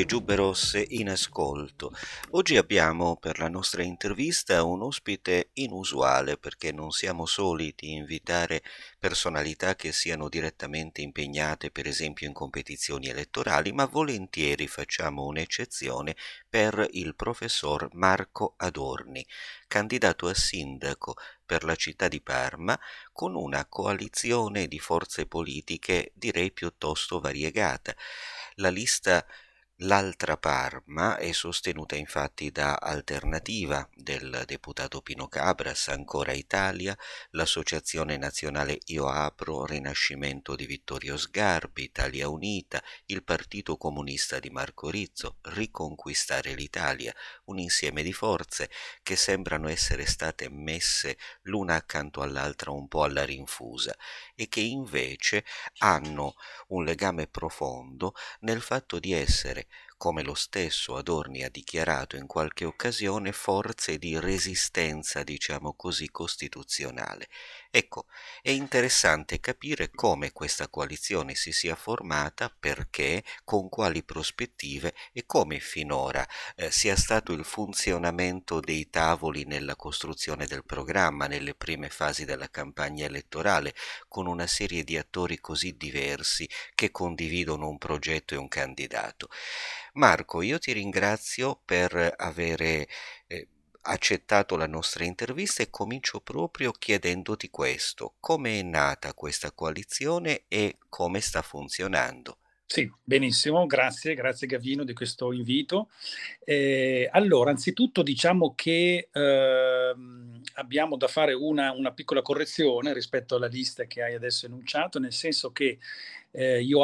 Giubberos in ascolto. Oggi abbiamo per la nostra intervista un ospite inusuale perché non siamo soliti invitare personalità che siano direttamente impegnate per esempio in competizioni elettorali, ma volentieri facciamo un'eccezione per il professor Marco Adorni, candidato a sindaco per la città di Parma con una coalizione di forze politiche direi piuttosto variegata. La lista L'altra Parma è sostenuta infatti da Alternativa del deputato Pino Cabras, Ancora Italia, l'Associazione Nazionale Io Apro, Rinascimento di Vittorio Sgarbi, Italia Unita, il Partito Comunista di Marco Rizzo, Riconquistare l'Italia, un insieme di forze che sembrano essere state messe l'una accanto all'altra un po' alla rinfusa e che invece hanno un legame profondo nel fatto di essere, come lo stesso Adorni ha dichiarato in qualche occasione, forze di resistenza, diciamo così, costituzionale. Ecco, è interessante capire come questa coalizione si sia formata, perché, con quali prospettive e come finora sia stato il funzionamento dei tavoli nella costruzione del programma, nelle prime fasi della campagna elettorale, con una serie di attori così diversi che condividono un progetto e un candidato. Marco, io ti ringrazio per avere accettato la nostra intervista e comincio proprio chiedendoti questo: come è nata questa coalizione e come sta funzionando? Sì, benissimo, grazie Gavino di questo invito. Allora, anzitutto diciamo che abbiamo da fare una piccola correzione rispetto alla lista che hai adesso enunciato, nel senso che Io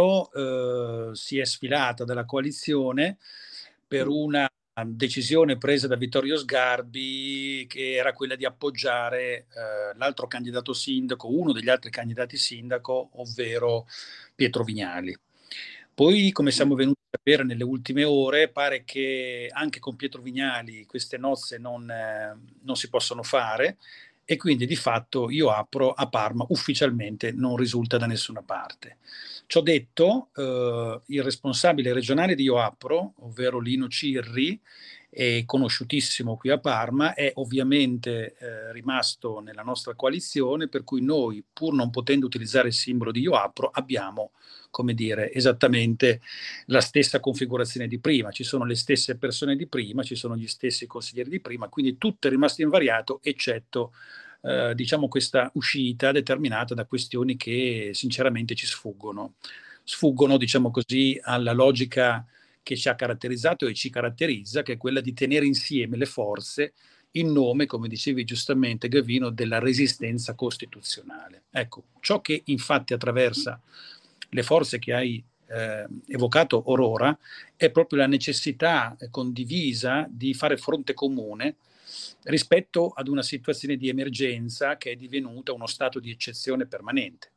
Apro si è sfilata dalla coalizione per una decisione presa da Vittorio Sgarbi, che era quella di appoggiare l'altro candidato sindaco, uno degli altri candidati sindaco, ovvero Pietro Vignali. Poi, come siamo venuti a sapere nelle ultime ore, pare che anche con Pietro Vignali queste nozze non si possono fare, e quindi di fatto Io Apro a Parma ufficialmente non risulta da nessuna parte. Ciò detto, il responsabile regionale di Io Apro, ovvero Lino Cirri, è conosciutissimo qui a Parma, è ovviamente rimasto nella nostra coalizione, per cui noi, pur non potendo utilizzare il simbolo di Io Apro, abbiamo, come dire, esattamente la stessa configurazione di prima. Ci sono le stesse persone di prima, ci sono gli stessi consiglieri di prima, quindi tutto è rimasto invariato, eccetto diciamo questa uscita determinata da questioni che sinceramente ci sfuggono, diciamo così, alla logica che ci ha caratterizzato e ci caratterizza, che è quella di tenere insieme le forze in nome, come dicevi giustamente Gavino, della resistenza costituzionale. Ecco, ciò che infatti attraversa le forze che hai evocato orora è proprio la necessità condivisa di fare fronte comune rispetto ad una situazione di emergenza che è divenuta uno stato di eccezione permanente.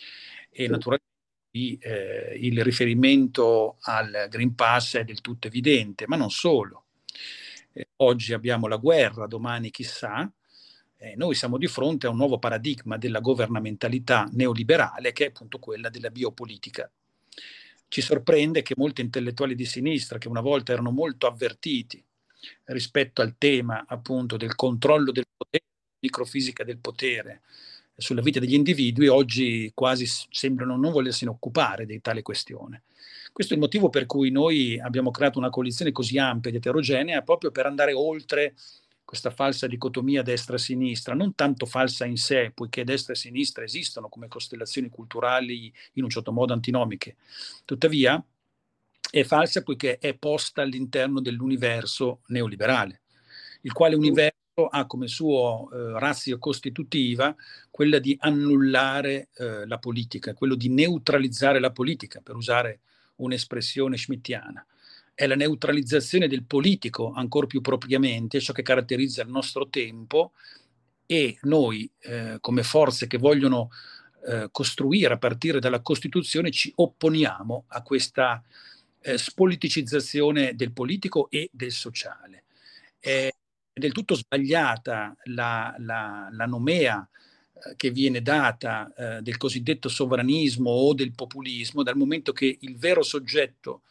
E naturalmente il riferimento al Green Pass è del tutto evidente, ma non solo. Oggi abbiamo la guerra, domani chissà. Noi siamo di fronte a un nuovo paradigma della governamentalità neoliberale, che è appunto quella della biopolitica. Ci sorprende che molti intellettuali di sinistra, che una volta erano molto avvertiti rispetto al tema appunto del controllo del potere, microfisica del potere sulla vita degli individui, oggi quasi sembrano non volersene occupare di tale questione. Questo è il motivo per cui noi abbiamo creato una coalizione così ampia ed eterogenea, proprio per andare oltre questa falsa dicotomia destra-sinistra, non tanto falsa in sé, poiché destra e sinistra esistono come costellazioni culturali in un certo modo antinomiche. Tuttavia è falsa poiché è posta all'interno dell'universo neoliberale, il quale universo ha come suo ratio costitutiva quella di annullare la politica, quello di neutralizzare la politica, per usare un'espressione schmittiana. È la neutralizzazione del politico, ancor più propriamente, ciò che caratterizza il nostro tempo, e noi, come forze che vogliono costruire a partire dalla Costituzione, ci opponiamo a questa spoliticizzazione del politico e del sociale. È del tutto sbagliata la nomea che viene data del cosiddetto sovranismo o del populismo, dal momento che il vero soggetto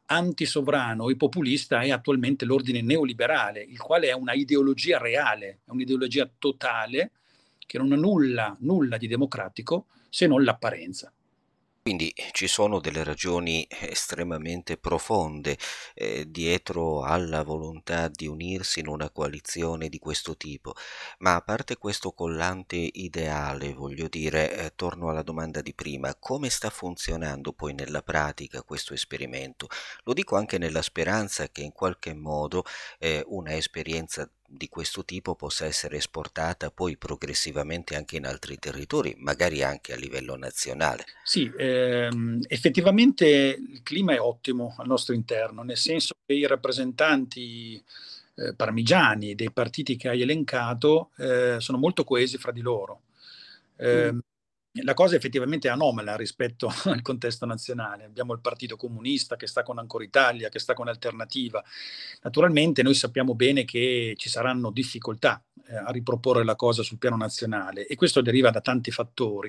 antisovrano e populista è attualmente l'ordine neoliberale, il quale è una ideologia reale, è un'ideologia totale che non ha nulla di democratico se non l'apparenza. Quindi ci sono delle ragioni estremamente profonde dietro alla volontà di unirsi in una coalizione di questo tipo, ma a parte questo collante ideale, voglio dire, torno alla domanda di prima, come sta funzionando poi nella pratica questo esperimento? Lo dico anche nella speranza che in qualche modo una esperienza di questo tipo possa essere esportata poi progressivamente anche in altri territori, magari anche a livello nazionale. Sì, effettivamente il clima è ottimo al nostro interno, nel senso che i rappresentanti parmigiani dei partiti che hai elencato sono molto coesi fra di loro. Mm. Eh, la cosa effettivamente è anomala rispetto al contesto nazionale. Abbiamo il Partito Comunista che sta con Ancora Italia, che sta con Alternativa. Naturalmente noi sappiamo bene che ci saranno difficoltà a riproporre la cosa sul piano nazionale e questo deriva da tanti fattori.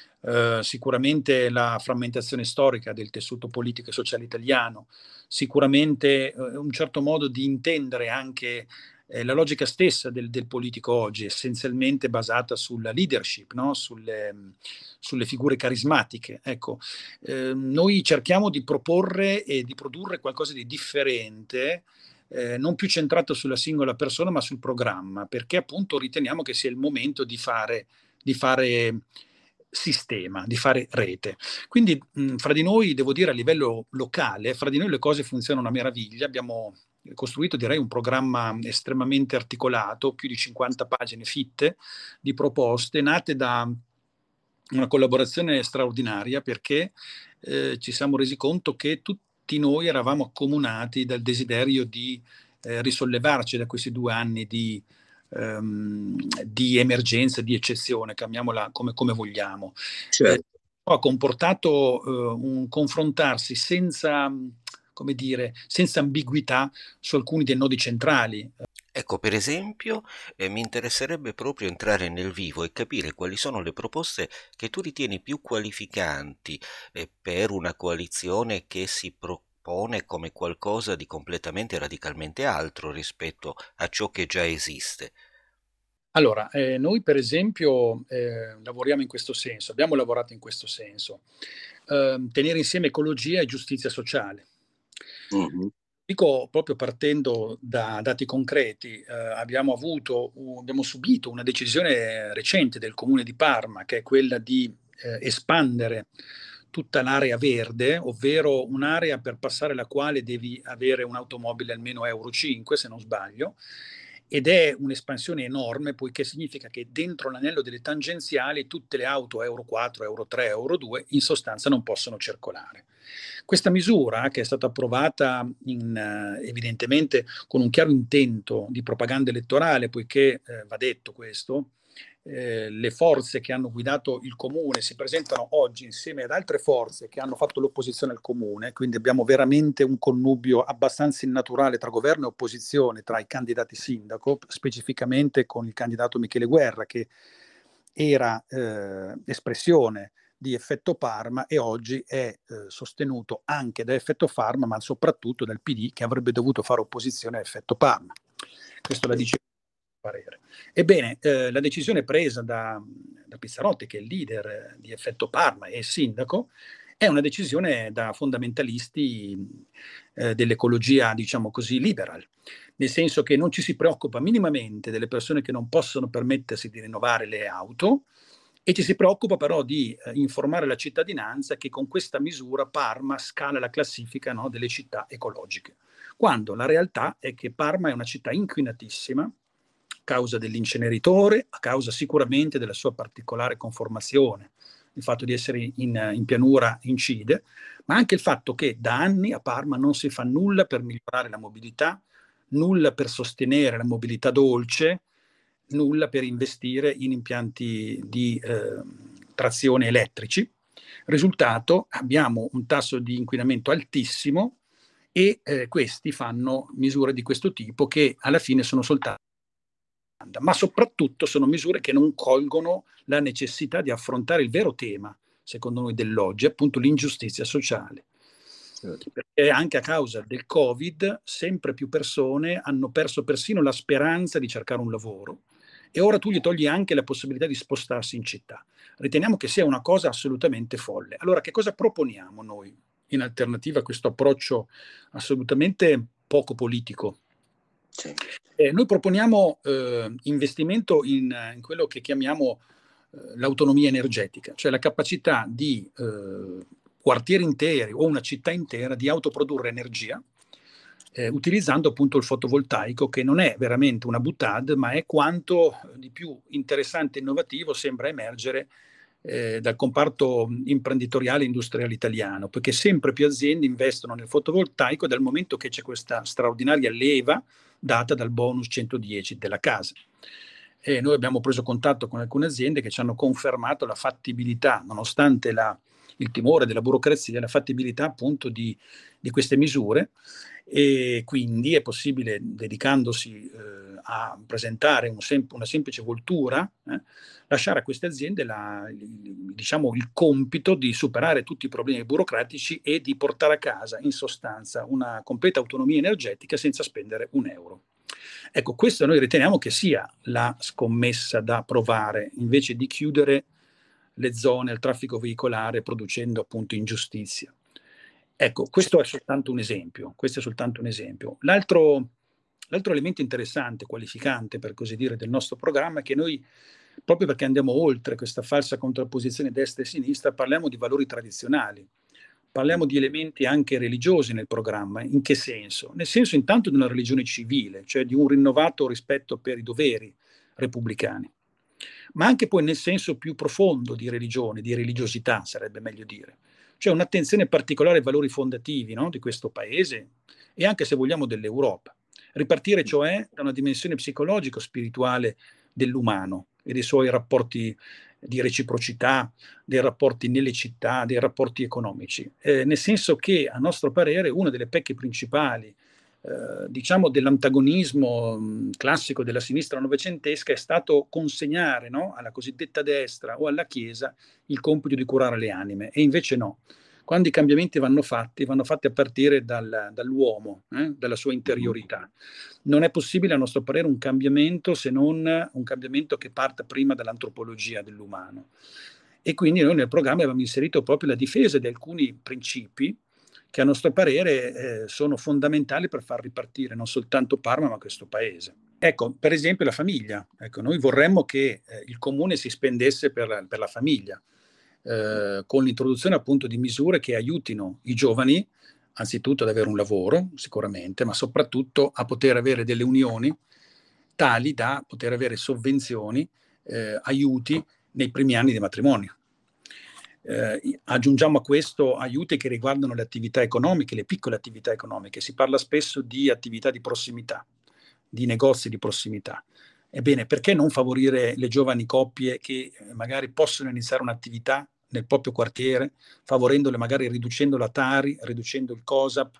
Sicuramente la frammentazione storica del tessuto politico e sociale italiano, sicuramente un certo modo di intendere anche la logica stessa del politico oggi, essenzialmente basata sulla leadership, no? Sulle figure carismatiche. Ecco, noi cerchiamo di proporre e di produrre qualcosa di differente, non più centrato sulla singola persona, ma sul programma, perché appunto riteniamo che sia il momento di fare sistema, di fare rete. Quindi fra di noi, devo dire a livello locale, fra di noi le cose funzionano a meraviglia. Abbiamo costruito direi un programma estremamente articolato, più di 50 pagine fitte di proposte nate da una collaborazione straordinaria perché ci siamo resi conto che tutti noi eravamo accomunati dal desiderio di risollevarci da questi 2 anni di emergenza, di eccezione, chiamiamola come vogliamo. Certo. Ha comportato un confrontarsi senza, come dire, senza ambiguità su alcuni dei nodi centrali. Ecco, per esempio, mi interesserebbe proprio entrare nel vivo e capire quali sono le proposte che tu ritieni più qualificanti, per una coalizione che si propone come qualcosa di completamente radicalmente altro rispetto a ciò che già esiste. Allora, noi per esempio lavoriamo in questo senso, abbiamo lavorato in questo senso, tenere insieme ecologia e giustizia sociale. Mhm. Dico proprio partendo da dati concreti, abbiamo subito una decisione recente del Comune di Parma, che è quella di espandere tutta l'area verde, ovvero un'area per passare la quale devi avere un'automobile almeno Euro 5, se non sbaglio, ed è un'espansione enorme, poiché significa che dentro l'anello delle tangenziali tutte le auto Euro 4, Euro 3, Euro 2 in sostanza non possono circolare. Questa misura, che è stata approvata evidentemente con un chiaro intento di propaganda elettorale, poiché va detto questo, le forze che hanno guidato il comune si presentano oggi insieme ad altre forze che hanno fatto l'opposizione al comune, quindi abbiamo veramente un connubio abbastanza innaturale tra governo e opposizione, tra i candidati sindaco, specificamente con il candidato Michele Guerra, che era espressione di Effetto Parma e oggi è sostenuto anche da Effetto Parma, ma soprattutto dal PD, che avrebbe dovuto fare opposizione a Effetto Parma. Questo la dice parere. Ebbene, la decisione presa da Pizzarotti, che è il leader di Effetto Parma e sindaco, è una decisione da fondamentalisti dell'ecologia, diciamo così, liberal, nel senso che non ci si preoccupa minimamente delle persone che non possono permettersi di rinnovare le auto e ci si preoccupa però di informare la cittadinanza che con questa misura Parma scala la classifica, no, delle città ecologiche, quando la realtà è che Parma è una città inquinatissima a causa dell'inceneritore, a causa sicuramente della sua particolare conformazione, il fatto di essere in pianura incide, ma anche il fatto che da anni a Parma non si fa nulla per migliorare la mobilità, nulla per sostenere la mobilità dolce, nulla per investire in impianti di trazione elettrici. Risultato, abbiamo un tasso di inquinamento altissimo e questi fanno misure di questo tipo che alla fine sono soltanto, ma soprattutto sono misure che non colgono la necessità di affrontare il vero tema, secondo noi, dell'oggi, appunto l'ingiustizia sociale. certo. Perché anche a causa del Covid sempre più persone hanno perso persino la speranza di cercare un lavoro e ora tu gli togli anche la possibilità di spostarsi in città. Riteniamo che sia una cosa assolutamente folle. Allora, che cosa proponiamo noi in alternativa a questo approccio assolutamente poco politico? Sì. Noi proponiamo investimento in quello che chiamiamo l'autonomia energetica, cioè la capacità di quartieri interi o una città intera di autoprodurre energia utilizzando appunto il fotovoltaico, che non è veramente una boutade, ma è quanto di più interessante e innovativo sembra emergere dal comparto imprenditoriale e industriale italiano, perché sempre più aziende investono nel fotovoltaico dal momento che c'è questa straordinaria leva data dal bonus 110 della casa. E noi abbiamo preso contatto con alcune aziende che ci hanno confermato la fattibilità, nonostante il timore della burocrazia, la fattibilità appunto di queste misure e quindi è possibile, dedicandosi a presentare una semplice voltura, lasciare a queste aziende diciamo, il compito di superare tutti i problemi burocratici e di portare a casa in sostanza una completa autonomia energetica senza spendere un euro. Ecco, questo noi riteniamo che sia la scommessa da provare invece di chiudere le zone al traffico veicolare producendo appunto ingiustizia. Ecco, questo è soltanto un esempio. Questo è soltanto un esempio. L'altro elemento interessante, qualificante per così dire, del nostro programma è che noi, proprio perché andiamo oltre questa falsa contrapposizione destra e sinistra, parliamo di valori tradizionali, parliamo di elementi anche religiosi nel programma. In che senso? Nel senso intanto di una religione civile, cioè di un rinnovato rispetto per i doveri repubblicani, ma anche poi nel senso più profondo di religione, di religiosità sarebbe meglio dire, cioè un'attenzione particolare ai valori fondativi, no, di questo paese e anche se vogliamo dell'Europa. Ripartire cioè da una dimensione psicologico-spirituale dell'umano e dei suoi rapporti di reciprocità, dei rapporti nelle città, dei rapporti economici, nel senso che a nostro parere una delle pecche principali diciamo dell'antagonismo classico della sinistra novecentesca è stato consegnare, no, alla cosiddetta destra o alla Chiesa il compito di curare le anime e invece no. Quando i cambiamenti vanno fatti a partire dall'uomo, dalla sua interiorità. Non è possibile, a nostro parere, un cambiamento se non un cambiamento che parta prima dall'antropologia dell'umano. E quindi noi nel programma abbiamo inserito proprio la difesa di alcuni principi che a nostro parere sono fondamentali per far ripartire non soltanto Parma ma questo paese. Ecco, per esempio la famiglia. Ecco, noi vorremmo che il comune si spendesse per la famiglia, con l'introduzione appunto di misure che aiutino i giovani anzitutto ad avere un lavoro, sicuramente, ma soprattutto a poter avere delle unioni tali da poter avere sovvenzioni, aiuti nei primi anni di matrimonio. Aggiungiamo a questo aiuti che riguardano le attività economiche, le piccole attività economiche. Si parla spesso di attività di prossimità, di negozi di prossimità. Ebbene, perché non favorire le giovani coppie che magari possono iniziare un'attività nel proprio quartiere, favorendole magari riducendo la Tari, riducendo il COSAP.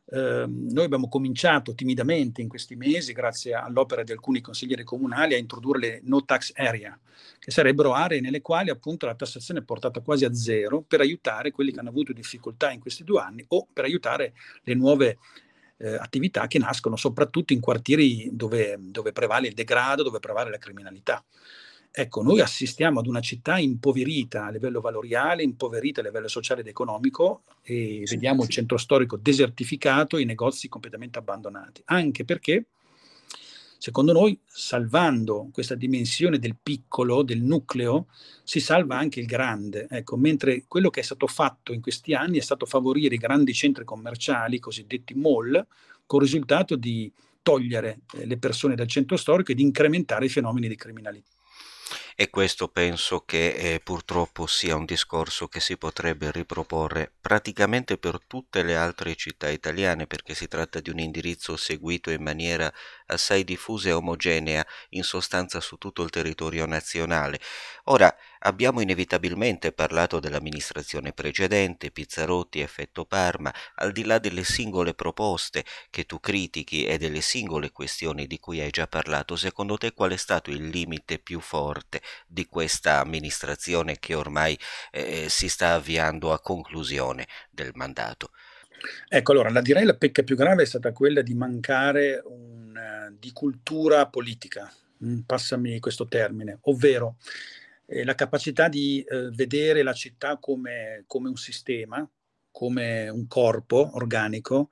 Noi abbiamo cominciato timidamente in questi mesi, grazie all'opera di alcuni consiglieri comunali, a introdurre le no tax area, che sarebbero aree nelle quali appunto la tassazione è portata quasi a zero per aiutare quelli che hanno avuto difficoltà in questi 2 anni o per aiutare le nuove attività che nascono soprattutto in quartieri dove prevale il degrado, dove prevale la criminalità. Ecco, noi assistiamo ad una città impoverita a livello valoriale, impoverita a livello sociale ed economico e vediamo il centro storico desertificato, i negozi completamente abbandonati, anche perché secondo noi, salvando questa dimensione del piccolo, del nucleo, si salva anche il grande. Ecco, mentre quello che è stato fatto in questi anni è stato favorire i grandi centri commerciali, i cosiddetti mall, con il risultato di togliere le persone dal centro storico e di incrementare i fenomeni di criminalità. E questo penso che purtroppo sia un discorso che si potrebbe riproporre praticamente per tutte le altre città italiane, perché si tratta di un indirizzo seguito in maniera assai diffusa e omogenea, in sostanza su tutto il territorio nazionale. Ora, abbiamo inevitabilmente parlato dell'amministrazione precedente, Pizzarotti, effetto Parma, al di là delle singole proposte che tu critichi e delle singole questioni di cui hai già parlato, secondo te qual è stato il limite più forte di questa amministrazione che ormai si sta avviando a conclusione del mandato? Ecco, allora, direi la pecca più grave è stata quella di mancare di cultura politica, passami questo termine, ovvero la capacità di vedere la città come un sistema, come un corpo organico,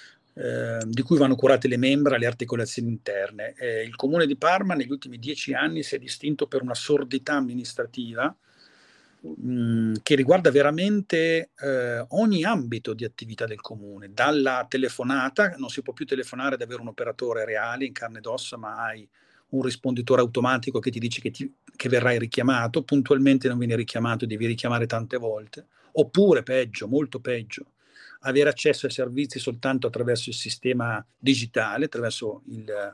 di cui vanno curate le membra, le articolazioni interne. Il Comune di Parma negli ultimi 10 anni si è distinto per una sordità amministrativa che riguarda veramente ogni ambito di attività del comune, dalla telefonata. Non si può più telefonare ad avere un operatore reale in carne ed ossa, ma hai un risponditore automatico che ti dice che verrai richiamato, puntualmente non vieni richiamato, devi richiamare tante volte, oppure peggio, molto peggio, avere accesso ai servizi soltanto attraverso il sistema digitale, attraverso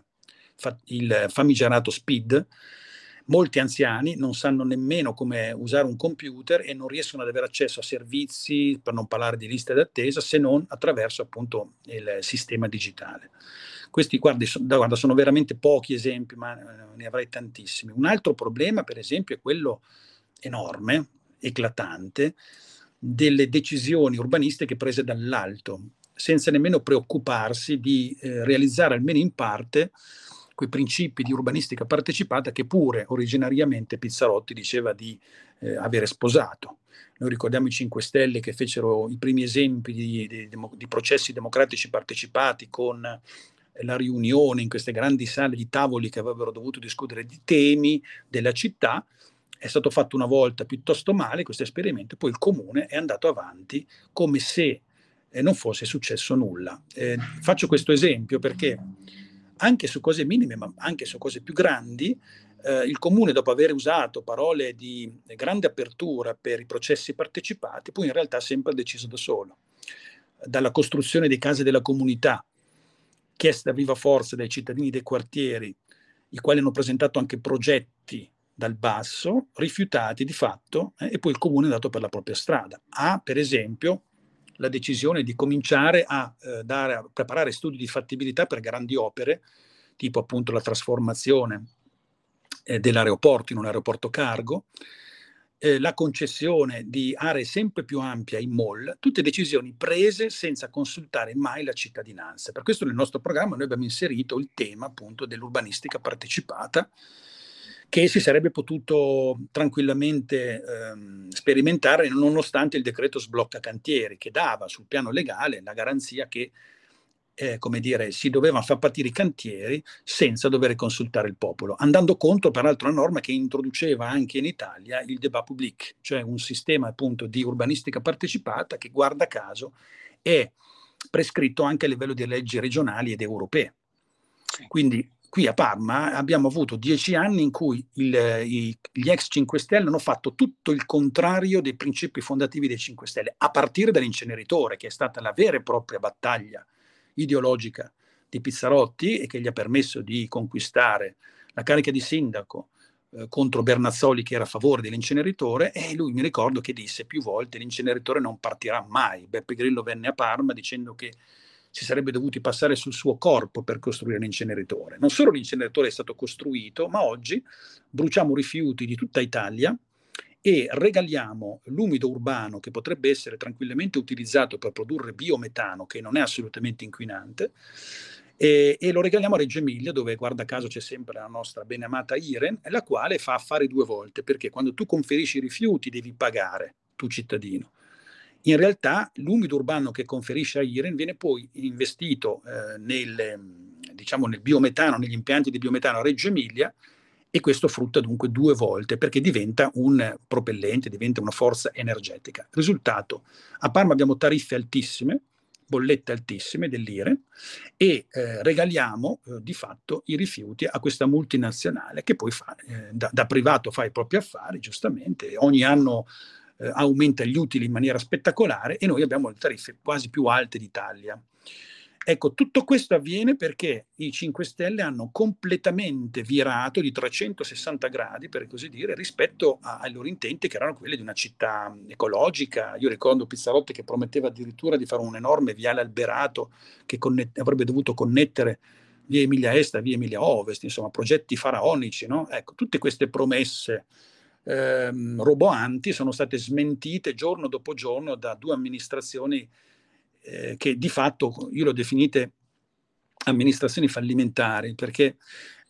il famigerato SPID. Molti anziani non sanno nemmeno come usare un computer e non riescono ad avere accesso a servizi, per non parlare di liste d'attesa, se non attraverso appunto il sistema digitale. Questi, guarda, sono veramente pochi esempi, ma ne avrei tantissimi. Un altro problema, per esempio, è quello enorme, eclatante, delle decisioni urbanistiche prese dall'alto, senza nemmeno preoccuparsi di realizzare almeno in parte quei principi di urbanistica partecipata che pure originariamente Pizzarotti diceva di avere sposato. Noi ricordiamo i 5 Stelle che fecero i primi esempi di processi democratici partecipati con la riunione in queste grandi sale di tavoli che avrebbero dovuto discutere di temi della città. È stato fatto una volta piuttosto male questo esperimento, poi il comune è andato avanti come se non fosse successo nulla. Faccio questo esempio perché anche su cose minime, ma anche su cose più grandi, il comune, dopo aver usato parole di grande apertura per i processi partecipati, poi in realtà ha sempre deciso da solo. Dalla costruzione dei case della comunità, chiesta a viva forza dai cittadini dei quartieri, i quali hanno presentato anche progetti dal basso, rifiutati di fatto, e poi il comune è andato per la propria strada. Ha, per esempio, la decisione di cominciare a preparare studi di fattibilità per grandi opere, tipo appunto la trasformazione dell'aeroporto in un aeroporto cargo, la concessione di aree sempre più ampie ai mall, tutte decisioni prese senza consultare mai la cittadinanza. Per questo nel nostro programma noi abbiamo inserito il tema appunto dell'urbanistica partecipata, che si sarebbe potuto tranquillamente sperimentare nonostante il decreto sblocca cantieri, che dava sul piano legale la garanzia che come dire, si dovevano far partire i cantieri senza dover consultare il popolo, andando contro peraltro una norma che introduceva anche in Italia il débat public, cioè un sistema appunto di urbanistica partecipata che guarda caso è prescritto anche a livello di leggi regionali ed europee. Quindi qui a Parma abbiamo avuto 10 anni in cui gli ex 5 Stelle hanno fatto tutto il contrario dei principi fondativi dei 5 Stelle, a partire dall'inceneritore, che è stata la vera e propria battaglia ideologica di Pizzarotti e che gli ha permesso di conquistare la carica di sindaco contro Bernazzoli, che era a favore dell'inceneritore, e lui mi ricordo che disse più volte l'inceneritore non partirà mai. Beppe Grillo venne a Parma dicendo che si sarebbe dovuti passare sul suo corpo per costruire l'inceneritore. Non solo l'inceneritore è stato costruito, ma oggi bruciamo rifiuti di tutta Italia e regaliamo l'umido urbano, che potrebbe essere tranquillamente utilizzato per produrre biometano, che non è assolutamente inquinante, e lo regaliamo a Reggio Emilia, dove guarda caso c'è sempre la nostra beneamata Iren, la quale fa affari 2 volte, perché quando tu conferisci i rifiuti devi pagare, tu cittadino. In realtà l'umido urbano che conferisce a Iren viene poi investito nel biometano, negli impianti di biometano a Reggio Emilia, e questo frutta dunque 2 volte perché diventa un propellente, diventa una forza energetica. Risultato, a Parma abbiamo tariffe altissime, bollette altissime dell'Iren e regaliamo di fatto i rifiuti a questa multinazionale che poi da privato fa i propri affari, giustamente, ogni anno aumenta gli utili in maniera spettacolare e noi abbiamo le tariffe quasi più alte d'Italia. Ecco, tutto questo avviene perché i 5 Stelle hanno completamente virato di 360 gradi, per così dire, rispetto ai loro intenti, che erano quelli di una città ecologica. Io ricordo Pizzarotti che prometteva addirittura di fare un enorme viale alberato che avrebbe dovuto connettere via Emilia Est a via Emilia Ovest, insomma, progetti faraonici, no? Ecco, tutte queste promesse roboanti sono state smentite giorno dopo giorno da 2 amministrazioni che di fatto io l'ho definite amministrazioni fallimentari, perché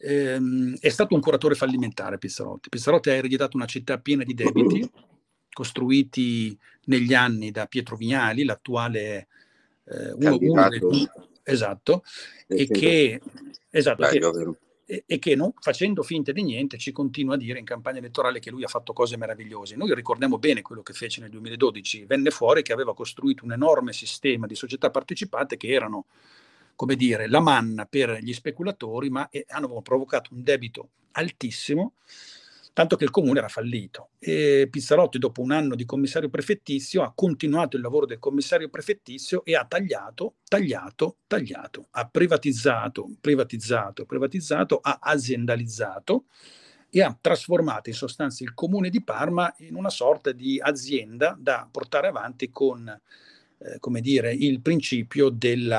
è stato un curatore fallimentare Pizzarotti. Pizzarotti ha ereditato una città piena di debiti, costruiti negli anni da Pietro Vignali, l'attuale uno dei... candidato Esatto, del e che, esatto, centro vero? e che non, facendo finta di niente ci continua a dire in campagna elettorale che lui ha fatto cose meravigliose. Noi ricordiamo bene quello che fece nel 2012, venne fuori che aveva costruito un enorme sistema di società partecipate che erano, come dire, la manna per gli speculatori, ma hanno provocato un debito altissimo, tanto che il comune era fallito. E Pizzarotti, dopo un anno di commissario prefettizio, ha continuato il lavoro del commissario prefettizio e ha tagliato, ha privatizzato, ha aziendalizzato e ha trasformato in sostanza il comune di Parma in una sorta di azienda da portare avanti con come dire, il principio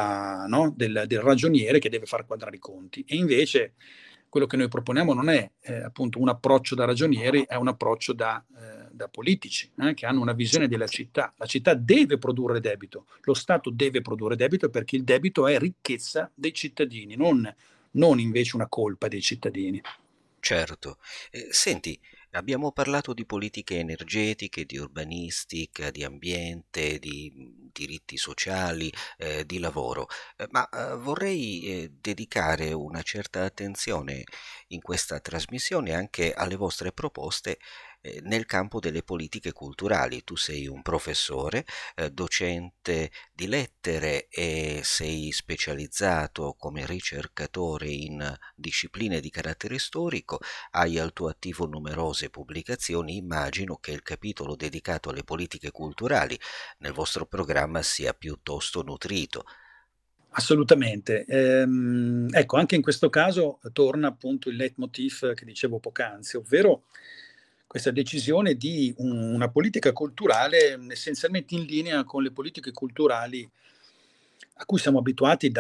del ragioniere che deve far quadrare i conti. E invece quello che noi proponiamo non è appunto un approccio da ragionieri, è un approccio da politici che hanno una visione della città. La città deve produrre debito, lo Stato deve produrre debito perché il debito è ricchezza dei cittadini, non invece una colpa dei cittadini. Certo. Senti, abbiamo parlato di politiche energetiche, di urbanistica, di ambiente, di diritti sociali, di lavoro, ma vorrei dedicare una certa attenzione in questa trasmissione anche alle vostre proposte nel campo delle politiche culturali. Tu sei un professore, docente di lettere e sei specializzato come ricercatore in discipline di carattere storico, hai al tuo attivo numerose pubblicazioni, immagino che il capitolo dedicato alle politiche culturali nel vostro programma sia piuttosto nutrito. Assolutamente. Ecco, anche in questo caso torna appunto il leitmotiv che dicevo poc'anzi, ovvero questa decisione di una politica culturale essenzialmente in linea con le politiche culturali a cui siamo abituati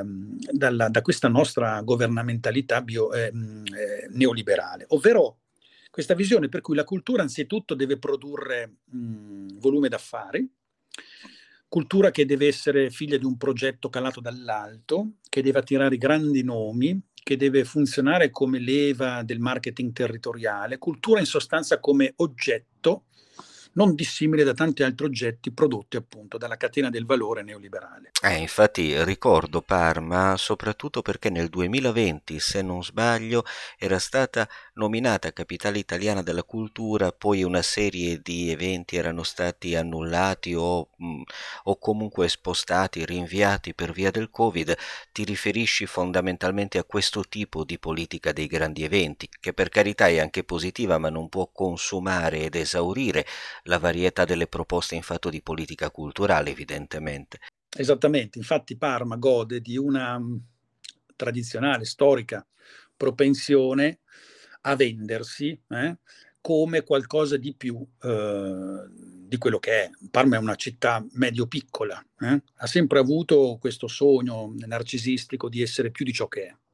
da questa nostra governamentalità neoliberale, ovvero questa visione per cui la cultura anzitutto deve produrre volume d'affari, cultura che deve essere figlia di un progetto calato dall'alto, che deve attirare grandi nomi, che deve funzionare come leva del marketing territoriale, cultura in sostanza come oggetto non dissimile da tanti altri oggetti prodotti appunto dalla catena del valore neoliberale. Infatti ricordo Parma soprattutto perché nel 2020, se non sbaglio, era stata nominata capitale italiana della cultura, poi una serie di eventi erano stati annullati o comunque spostati, rinviati per via del Covid. Ti riferisci fondamentalmente a questo tipo di politica dei grandi eventi, che per carità è anche positiva, ma non può consumare ed esaurire la varietà delle proposte in fatto di politica culturale, evidentemente. Esattamente, infatti Parma gode di una tradizionale, storica propensione a vendersi come qualcosa di più di quello che è. Parma è una città medio-piccola, ha sempre avuto questo sogno narcisistico di essere più di ciò che è.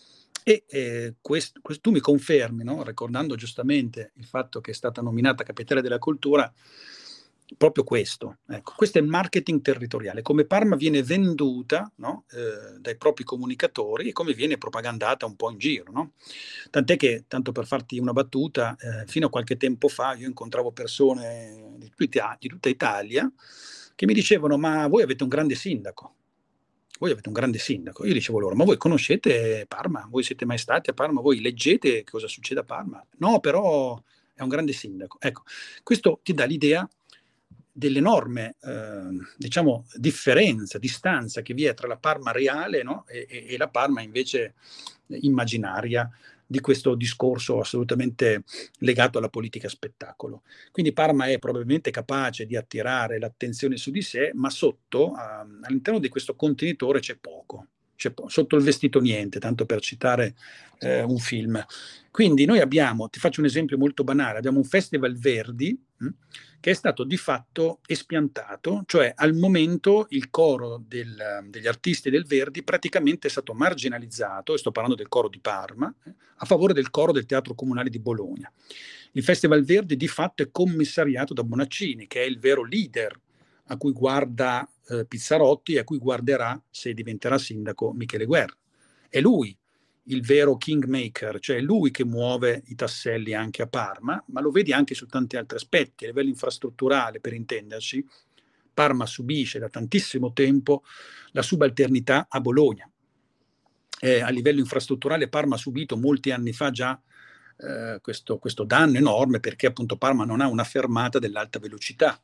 E tu mi confermi, no? Ricordando giustamente il fatto che è stata nominata capitale della cultura, proprio questo. Ecco, questo è il marketing territoriale, come Parma viene venduta, no? Dai propri comunicatori e come viene propagandata un po' in giro. No? Tant'è che, tanto per farti una battuta, fino a qualche tempo fa io incontravo persone di tutta Italia che mi dicevano: ma voi avete un grande sindaco. Voi avete un grande sindaco. Io dicevo loro: ma voi conoscete Parma? Voi siete mai stati a Parma? Voi leggete cosa succede a Parma? No, però è un grande sindaco. Ecco, questo ti dà l'idea dell'enorme diciamo, differenza, distanza che vi è tra la Parma reale, no? e la Parma invece immaginaria di questo discorso assolutamente legato alla politica spettacolo. Quindi Parma è probabilmente capace di attirare l'attenzione su di sé, ma sotto, all'interno di questo contenitore c'è poco. Sotto il vestito niente, tanto per citare un film. Quindi noi abbiamo, ti faccio un esempio molto banale, abbiamo un Festival Verdi che è stato di fatto espiantato, cioè al momento il coro degli artisti del Verdi praticamente è stato marginalizzato, e sto parlando del coro di Parma, a favore del coro del Teatro Comunale di Bologna. Il Festival Verdi di fatto è commissariato da Bonaccini, che è il vero leader a cui guarda Pizzarotti, a cui guarderà, se diventerà sindaco, Michele Guerra. È lui il vero kingmaker, cioè è lui che muove i tasselli anche a Parma, ma lo vedi anche su tanti altri aspetti. A livello infrastrutturale, per intenderci, Parma subisce da tantissimo tempo la subalternità a Bologna. A livello infrastrutturale Parma ha subito molti anni fa già questo danno enorme, perché appunto Parma non ha una fermata dell'alta velocità.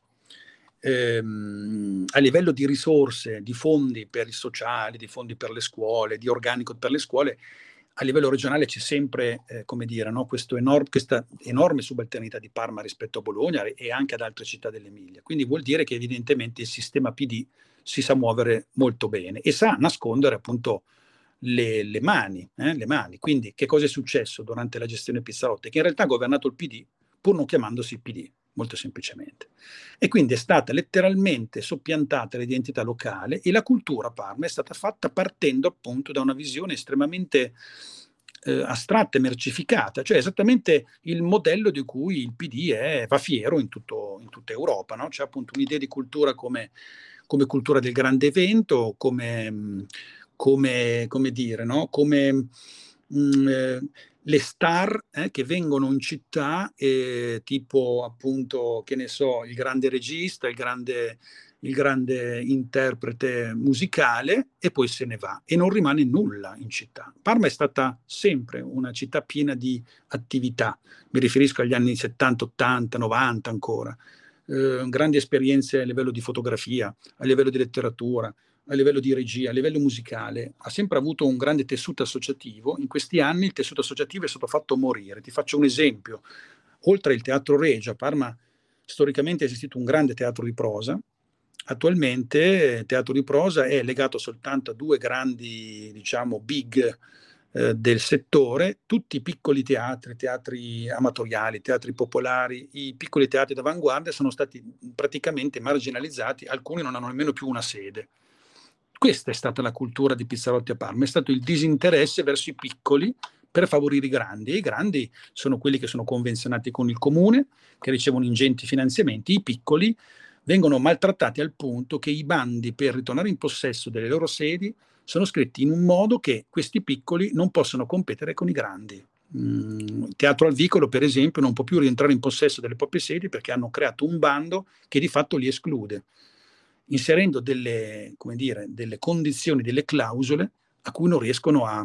A livello di risorse, di fondi per i sociali, di fondi per le scuole, di organico per le scuole, a livello regionale c'è sempre, come dire, no, questa enorme subalternità di Parma rispetto a Bologna e anche ad altre città dell'Emilia. Quindi vuol dire che evidentemente il sistema PD si sa muovere molto bene e sa nascondere appunto le mani. Quindi che cosa è successo durante la gestione Pizzarotti? Che in realtà ha governato il PD pur non chiamandosi PD, molto semplicemente. E quindi è stata letteralmente soppiantata l'identità locale e la cultura a Parma è stata fatta partendo appunto da una visione estremamente astratta e mercificata, cioè esattamente il modello di cui il PD va fiero in tutta Europa, no? C'è appunto un'idea di cultura come cultura del grande evento, come dire, no? Come le star che vengono in città, tipo appunto, che ne so, il grande regista, il grande interprete musicale, e poi se ne va e non rimane nulla in città. Parma è stata sempre una città piena di attività, mi riferisco agli anni 70, 80, 90 ancora. Grandi esperienze a livello di fotografia, a livello di letteratura, a livello di regia, a livello musicale, ha sempre avuto un grande tessuto associativo. In questi anni il tessuto associativo è stato fatto morire. Ti faccio un esempio. Oltre il Teatro Regio, a Parma storicamente è esistito un grande teatro di prosa. Attualmente il teatro di prosa è legato soltanto a due grandi, diciamo, big del settore, tutti i piccoli teatri amatoriali, teatri popolari, i piccoli teatri d'avanguardia sono stati praticamente marginalizzati, alcuni non hanno nemmeno più una sede. Questa è stata la cultura di Pizzarotti a Parma, è stato il disinteresse verso i piccoli per favorire i grandi, e i grandi sono quelli che sono convenzionati con il comune, che ricevono ingenti finanziamenti, i piccoli vengono maltrattati al punto che i bandi per ritornare in possesso delle loro sedi sono scritti in un modo che questi piccoli non possono competere con i grandi. Il Teatro al Vicolo, per esempio, non può più rientrare in possesso delle proprie sedi perché hanno creato un bando che di fatto li esclude, inserendo delle condizioni, delle clausole a cui non riescono a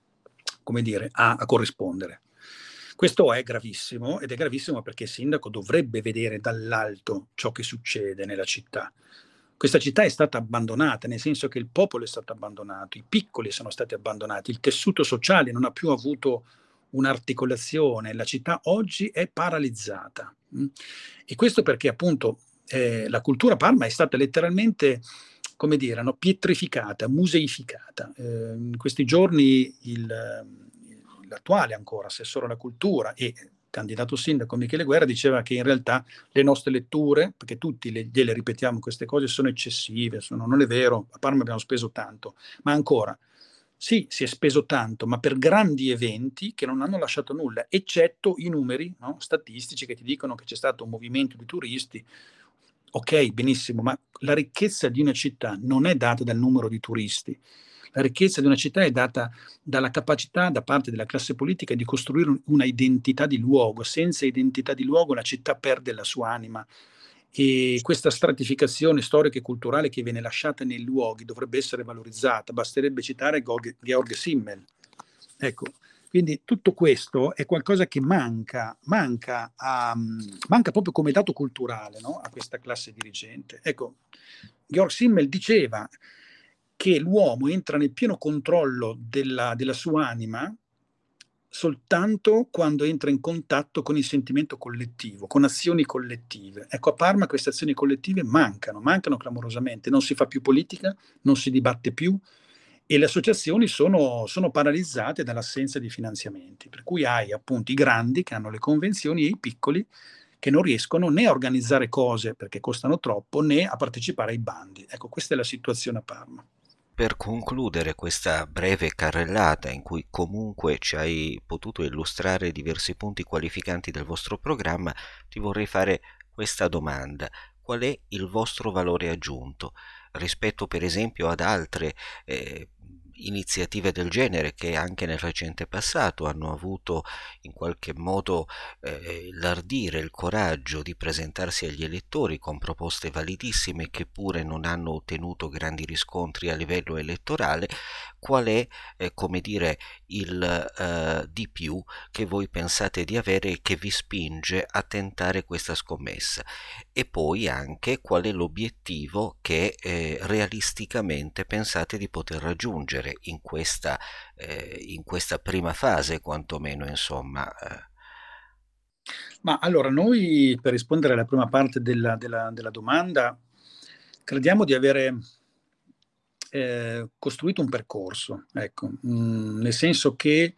corrispondere. Questo è gravissimo, ed è gravissimo perché il sindaco dovrebbe vedere dall'alto ciò che succede nella città. Questa città è stata abbandonata, nel senso che il popolo è stato abbandonato, i piccoli sono stati abbandonati, il tessuto sociale non ha più avuto un'articolazione, la città oggi è paralizzata. E questo perché appunto la cultura a Parma è stata letteralmente, come dire, no, pietrificata, museificata. In questi giorni l'attuale ancora assessore alla cultura e candidato sindaco Michele Guerra diceva che in realtà le nostre letture, perché tutti gliele ripetiamo queste cose, sono eccessive, non è vero, a Parma abbiamo speso tanto, ma ancora, sì, si è speso tanto, ma per grandi eventi che non hanno lasciato nulla, eccetto i numeri, no, statistici che ti dicono che c'è stato un movimento di turisti. Ok, benissimo, ma la ricchezza di una città non è data dal numero di turisti. La ricchezza di una città è data dalla capacità da parte della classe politica di costruire una identità di luogo. Senza identità di luogo la città perde la sua anima, e questa stratificazione storica e culturale che viene lasciata nei luoghi dovrebbe essere valorizzata. Basterebbe citare Georg Simmel. Ecco, quindi tutto questo è qualcosa che manca proprio come dato culturale, no? A questa classe dirigente. Ecco, Georg Simmel diceva che l'uomo entra nel pieno controllo della sua anima soltanto quando entra in contatto con il sentimento collettivo, con azioni collettive. Ecco, a Parma queste azioni collettive mancano clamorosamente, non si fa più politica, non si dibatte più, e le associazioni sono paralizzate dall'assenza di finanziamenti, per cui hai appunto i grandi che hanno le convenzioni e i piccoli che non riescono né a organizzare cose perché costano troppo, né a partecipare ai bandi. Ecco, questa è la situazione a Parma. Per concludere questa breve carrellata in cui comunque ci hai potuto illustrare diversi punti qualificanti del vostro programma, ti vorrei fare questa domanda: qual è il vostro valore aggiunto? rispetto per esempio ad altre iniziative del genere che anche nel recente passato hanno avuto in qualche modo l'ardire, il coraggio di presentarsi agli elettori con proposte validissime che pure non hanno ottenuto grandi riscontri a livello elettorale, qual è, come dire, il di più che voi pensate di avere e che vi spinge a tentare questa scommessa? E poi anche qual è l'obiettivo che realisticamente pensate di poter raggiungere in questa prima fase, quantomeno, insomma. Ma allora, noi per rispondere alla prima parte della domanda, crediamo di avere costruito un percorso, ecco. Nel senso che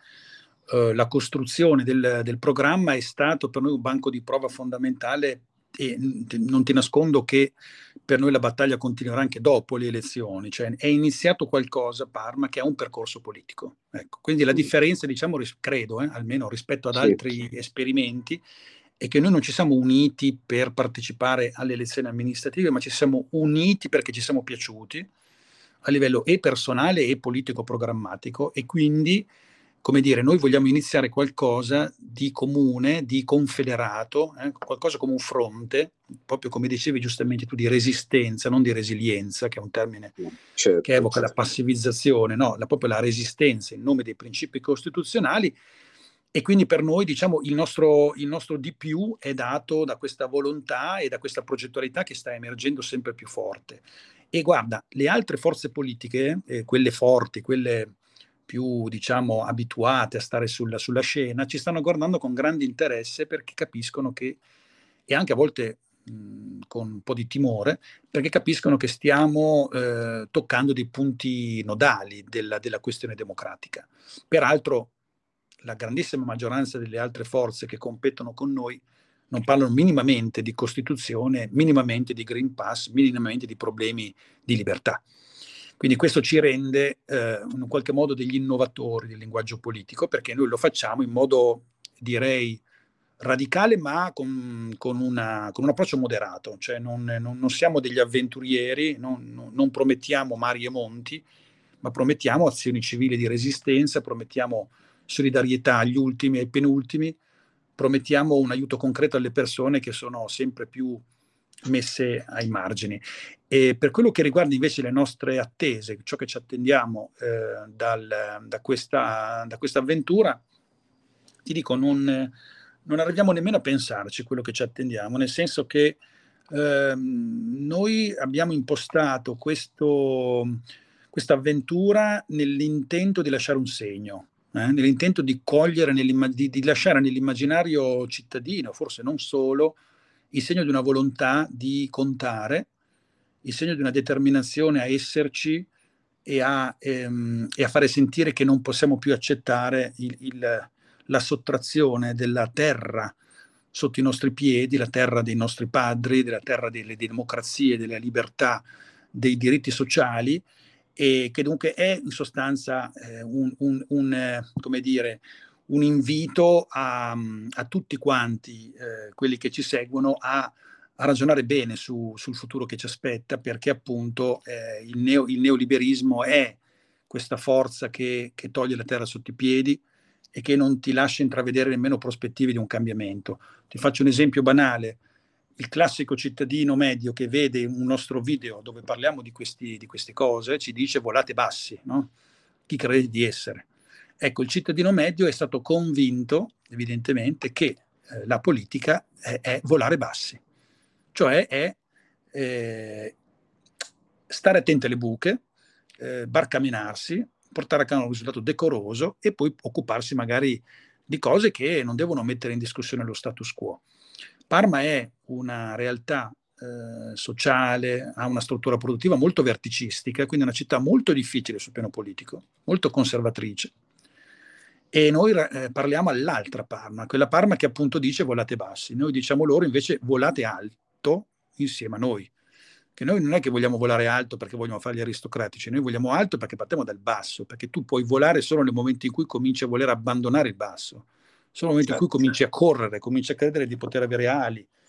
la costruzione del programma è stato per noi un banco di prova fondamentale e non ti nascondo che per noi la battaglia continuerà anche dopo le elezioni, cioè è iniziato qualcosa a Parma che ha un percorso politico. Ecco. Quindi la differenza, diciamo, credo, almeno rispetto ad Sì. altri esperimenti, è che noi non ci siamo uniti per partecipare alle elezioni amministrative, ma ci siamo uniti perché ci siamo piaciuti a livello e personale e politico programmatico, e quindi, come dire, noi vogliamo iniziare qualcosa di comune, di confederato, qualcosa come un fronte, proprio come dicevi giustamente tu, di resistenza, non di resilienza, che è un termine certo, che evoca la passivizzazione, no, proprio la resistenza in nome dei principi costituzionali. E quindi per noi, diciamo, il nostro di più è dato da questa volontà e da questa progettualità che sta emergendo sempre più forte. E guarda, le altre forze politiche, quelle forti, quelle più, diciamo, abituate a stare sulla scena, ci stanno guardando con grande interesse perché capiscono che, e anche a volte con un po' di timore, perché capiscono che stiamo toccando dei punti nodali della questione democratica. Peraltro, la grandissima maggioranza delle altre forze che competono con noi non parlano minimamente di Costituzione, minimamente di Green Pass, minimamente di problemi di libertà. Quindi questo ci rende in qualche modo degli innovatori del linguaggio politico, perché noi lo facciamo in modo, direi, radicale, ma con un approccio moderato, cioè non siamo degli avventurieri, non promettiamo mari e monti, ma promettiamo azioni civili di resistenza, promettiamo solidarietà agli ultimi e ai penultimi, promettiamo un aiuto concreto alle persone che sono sempre più messe ai margini. E per quello che riguarda invece le nostre attese, ciò che ci attendiamo da questa avventura, ti dico, non arriviamo nemmeno a pensarci quello che ci attendiamo, nel senso che noi abbiamo impostato questa avventura nell'intento di lasciare un segno, nell'intento di cogliere, di lasciare nell'immaginario cittadino, forse non solo, il segno di una volontà di contare, il segno di una determinazione a esserci e a fare sentire che non possiamo più accettare la sottrazione della terra sotto i nostri piedi, la terra dei nostri padri, della terra delle democrazie, delle libertà, dei diritti sociali, e che dunque è in sostanza come dire, un invito a tutti quanti quelli che ci seguono a ragionare bene sul futuro che ci aspetta, perché appunto il neoliberismo è questa forza che toglie la terra sotto i piedi e che non ti lascia intravedere nemmeno prospettive di un cambiamento. Ti faccio un esempio banale: il classico cittadino medio che vede un nostro video dove parliamo di queste cose ci dice volate bassi, no? Chi crede di essere? Ecco, il cittadino medio è stato convinto, evidentemente, che la politica è volare bassi, cioè è stare attenti alle buche, barcamenarsi, portare a casa un risultato decoroso e poi occuparsi magari di cose che non devono mettere in discussione lo status quo. Parma è una realtà sociale, ha una struttura produttiva molto verticistica, quindi è una città molto difficile sul piano politico, molto conservatrice. E noi parliamo all'altra Parma, quella Parma che appunto dice volate bassi. Noi diciamo loro invece volate alto insieme a noi. Che noi non è che vogliamo volare alto perché vogliamo fare gli aristocratici, noi vogliamo alto perché partiamo dal basso, perché tu puoi volare solo nel momento in cui cominci a voler abbandonare il basso, solo nel momento in cui cominci a correre, cominci a credere di poter avere ali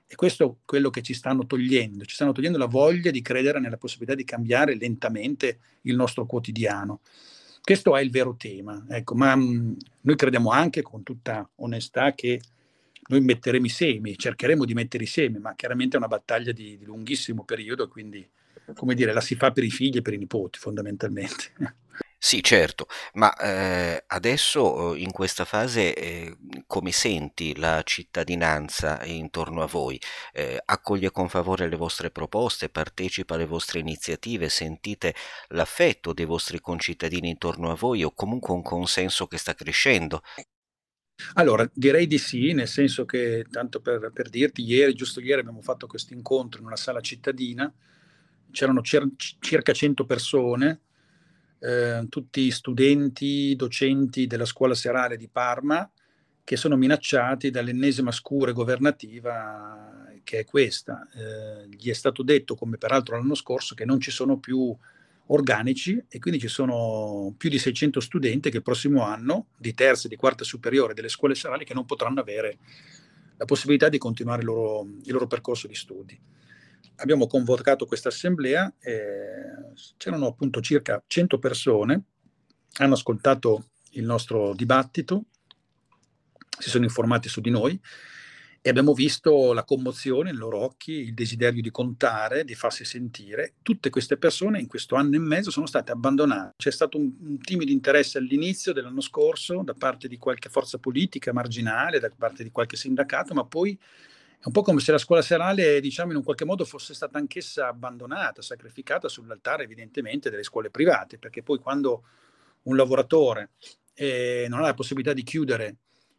E questo è quello che ci stanno togliendo la voglia di credere nella possibilità di cambiare lentamente il nostro quotidiano. Questo è il vero tema, ecco, ma noi crediamo anche con tutta onestà che noi metteremo i semi, cercheremo di mettere i semi, ma chiaramente è una battaglia di lunghissimo periodo, quindi, come dire, la si fa per i figli e per i nipoti, fondamentalmente. Sì, certo, ma adesso in questa fase come senti la cittadinanza intorno a voi? Accoglie con favore le vostre proposte, partecipa alle vostre iniziative, sentite l'affetto dei vostri concittadini intorno a voi o comunque un consenso che sta crescendo? Allora, direi di sì, nel senso che, tanto per dirti, giusto ieri abbiamo fatto questo incontro in una sala cittadina, c'erano circa 100 persone, tutti studenti, docenti della scuola serale di Parma, che sono minacciati dall'ennesima scure governativa che è questa. Gli è stato detto, come peraltro l'anno scorso, che non ci sono più organici e quindi ci sono più di 600 studenti che il prossimo anno, di terza e di quarta superiore delle scuole serali, che non potranno avere la possibilità di continuare il loro percorso di studi. Abbiamo convocato questa assemblea, c'erano appunto circa 100 persone, hanno ascoltato il nostro dibattito, si sono informati su di noi e abbiamo visto la commozione nei loro occhi, il desiderio di contare, di farsi sentire. Tutte queste persone in questo anno e mezzo sono state abbandonate. C'è stato un timido interesse all'inizio dell'anno scorso da parte di qualche forza politica marginale, da parte di qualche sindacato, ma poi è un po' come se la scuola serale, diciamo, in un qualche modo fosse stata anch'essa abbandonata, sacrificata sull'altare evidentemente delle scuole private, perché poi quando un lavoratore non ha la possibilità di chiudere,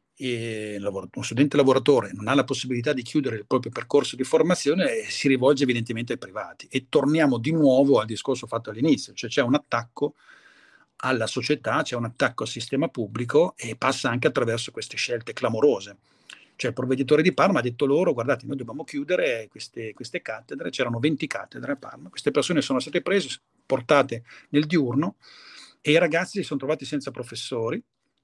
uno studente lavoratore non ha la possibilità di chiudere il proprio percorso di formazione, si rivolge evidentemente ai privati. E torniamo di nuovo al discorso fatto all'inizio, cioè c'è un attacco alla società, c'è un attacco al sistema pubblico e passa anche attraverso queste scelte clamorose. Cioè il provveditore di Parma ha detto loro: guardate, noi dobbiamo chiudere queste cattedre, c'erano 20 cattedre a Parma, queste persone sono state prese, portate nel diurno e i ragazzi si sono trovati senza professori.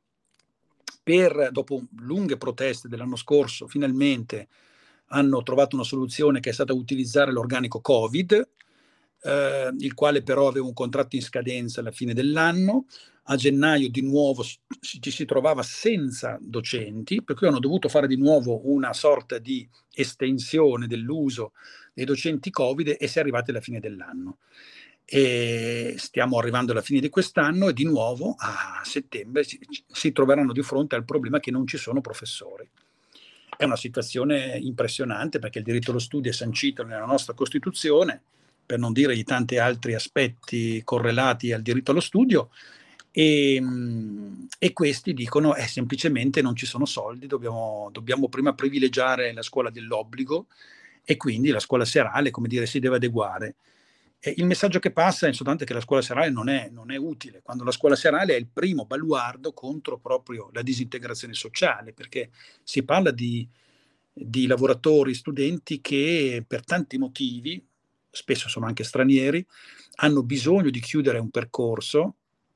Dopo lunghe proteste dell'anno scorso, finalmente hanno trovato una soluzione che è stata utilizzare l'organico Covid, il quale però aveva un contratto in scadenza alla fine dell'anno. A gennaio di nuovo ci si trovava senza docenti, per cui hanno dovuto fare di nuovo una sorta di estensione dell'uso dei docenti Covid e si è arrivati alla fine dell'anno. E stiamo arrivando alla fine di quest'anno e di nuovo a settembre si troveranno di fronte al problema che non ci sono professori. È una situazione impressionante perché il diritto allo studio è sancito nella nostra Costituzione, per non dire di tanti altri aspetti correlati al diritto allo studio, e questi dicono semplicemente non ci sono soldi, dobbiamo prima privilegiare la scuola dell'obbligo e quindi la scuola serale, come dire, si deve adeguare. E il messaggio che passa è soltanto che la scuola serale non è utile, quando la scuola serale è il primo baluardo contro proprio la disintegrazione sociale, perché si parla di lavoratori, studenti che per tanti motivi, spesso sono anche stranieri, hanno bisogno di chiudere un percorso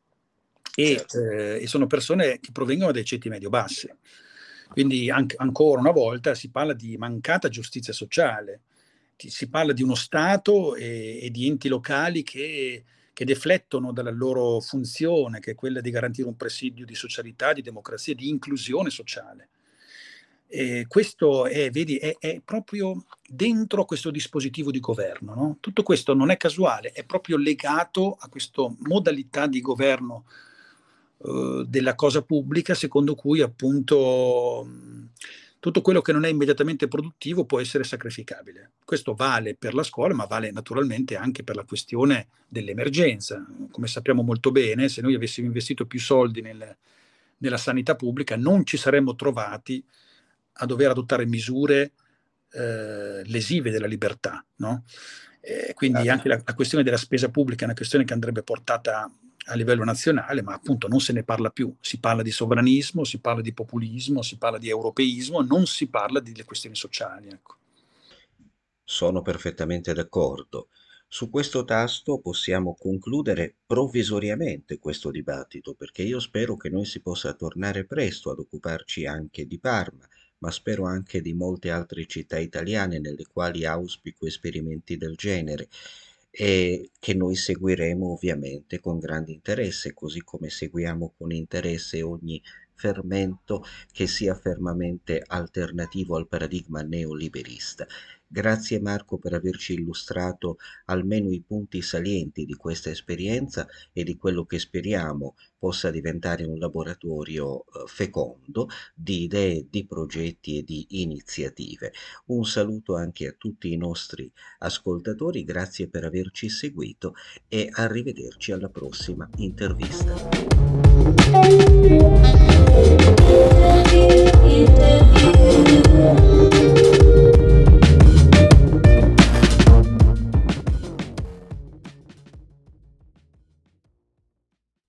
e sono persone che provengono dai ceti medio-bassi. Quindi ancora una volta si parla di mancata giustizia sociale, si parla di uno Stato e di enti locali che deflettono dalla loro funzione, che è quella di garantire un presidio di socialità, di democrazia, di inclusione sociale. E questo vedi, è proprio dentro questo dispositivo di governo, no? Tutto questo non è casuale, è proprio legato a questa modalità di governo della cosa pubblica, secondo cui appunto tutto quello che non è immediatamente produttivo può essere sacrificabile. Questo vale per la scuola, ma vale naturalmente anche per la questione dell'emergenza. Come sappiamo molto bene, se noi avessimo investito più soldi nella sanità pubblica, non ci saremmo trovati a dover adottare misure lesive della libertà, no? Quindi anche la questione della spesa pubblica è una questione che andrebbe portata a livello nazionale, ma appunto non se ne parla più. Si parla di sovranismo, si parla di populismo, si parla di europeismo, non si parla delle questioni sociali. Ecco. Sono perfettamente d'accordo. Su questo tasto possiamo concludere provvisoriamente questo dibattito, perché io spero che noi si possa tornare presto ad occuparci anche di Parma, ma spero anche di molte altre città italiane nelle quali auspico esperimenti del genere e che noi seguiremo ovviamente con grande interesse, così come seguiamo con interesse ogni fermento che sia fermamente alternativo al paradigma neoliberista. Grazie Marco per averci illustrato almeno i punti salienti di questa esperienza e di quello che speriamo possa diventare un laboratorio fecondo di idee, di progetti e di iniziative. Un saluto anche a tutti i nostri ascoltatori, grazie per averci seguito e arrivederci alla prossima intervista.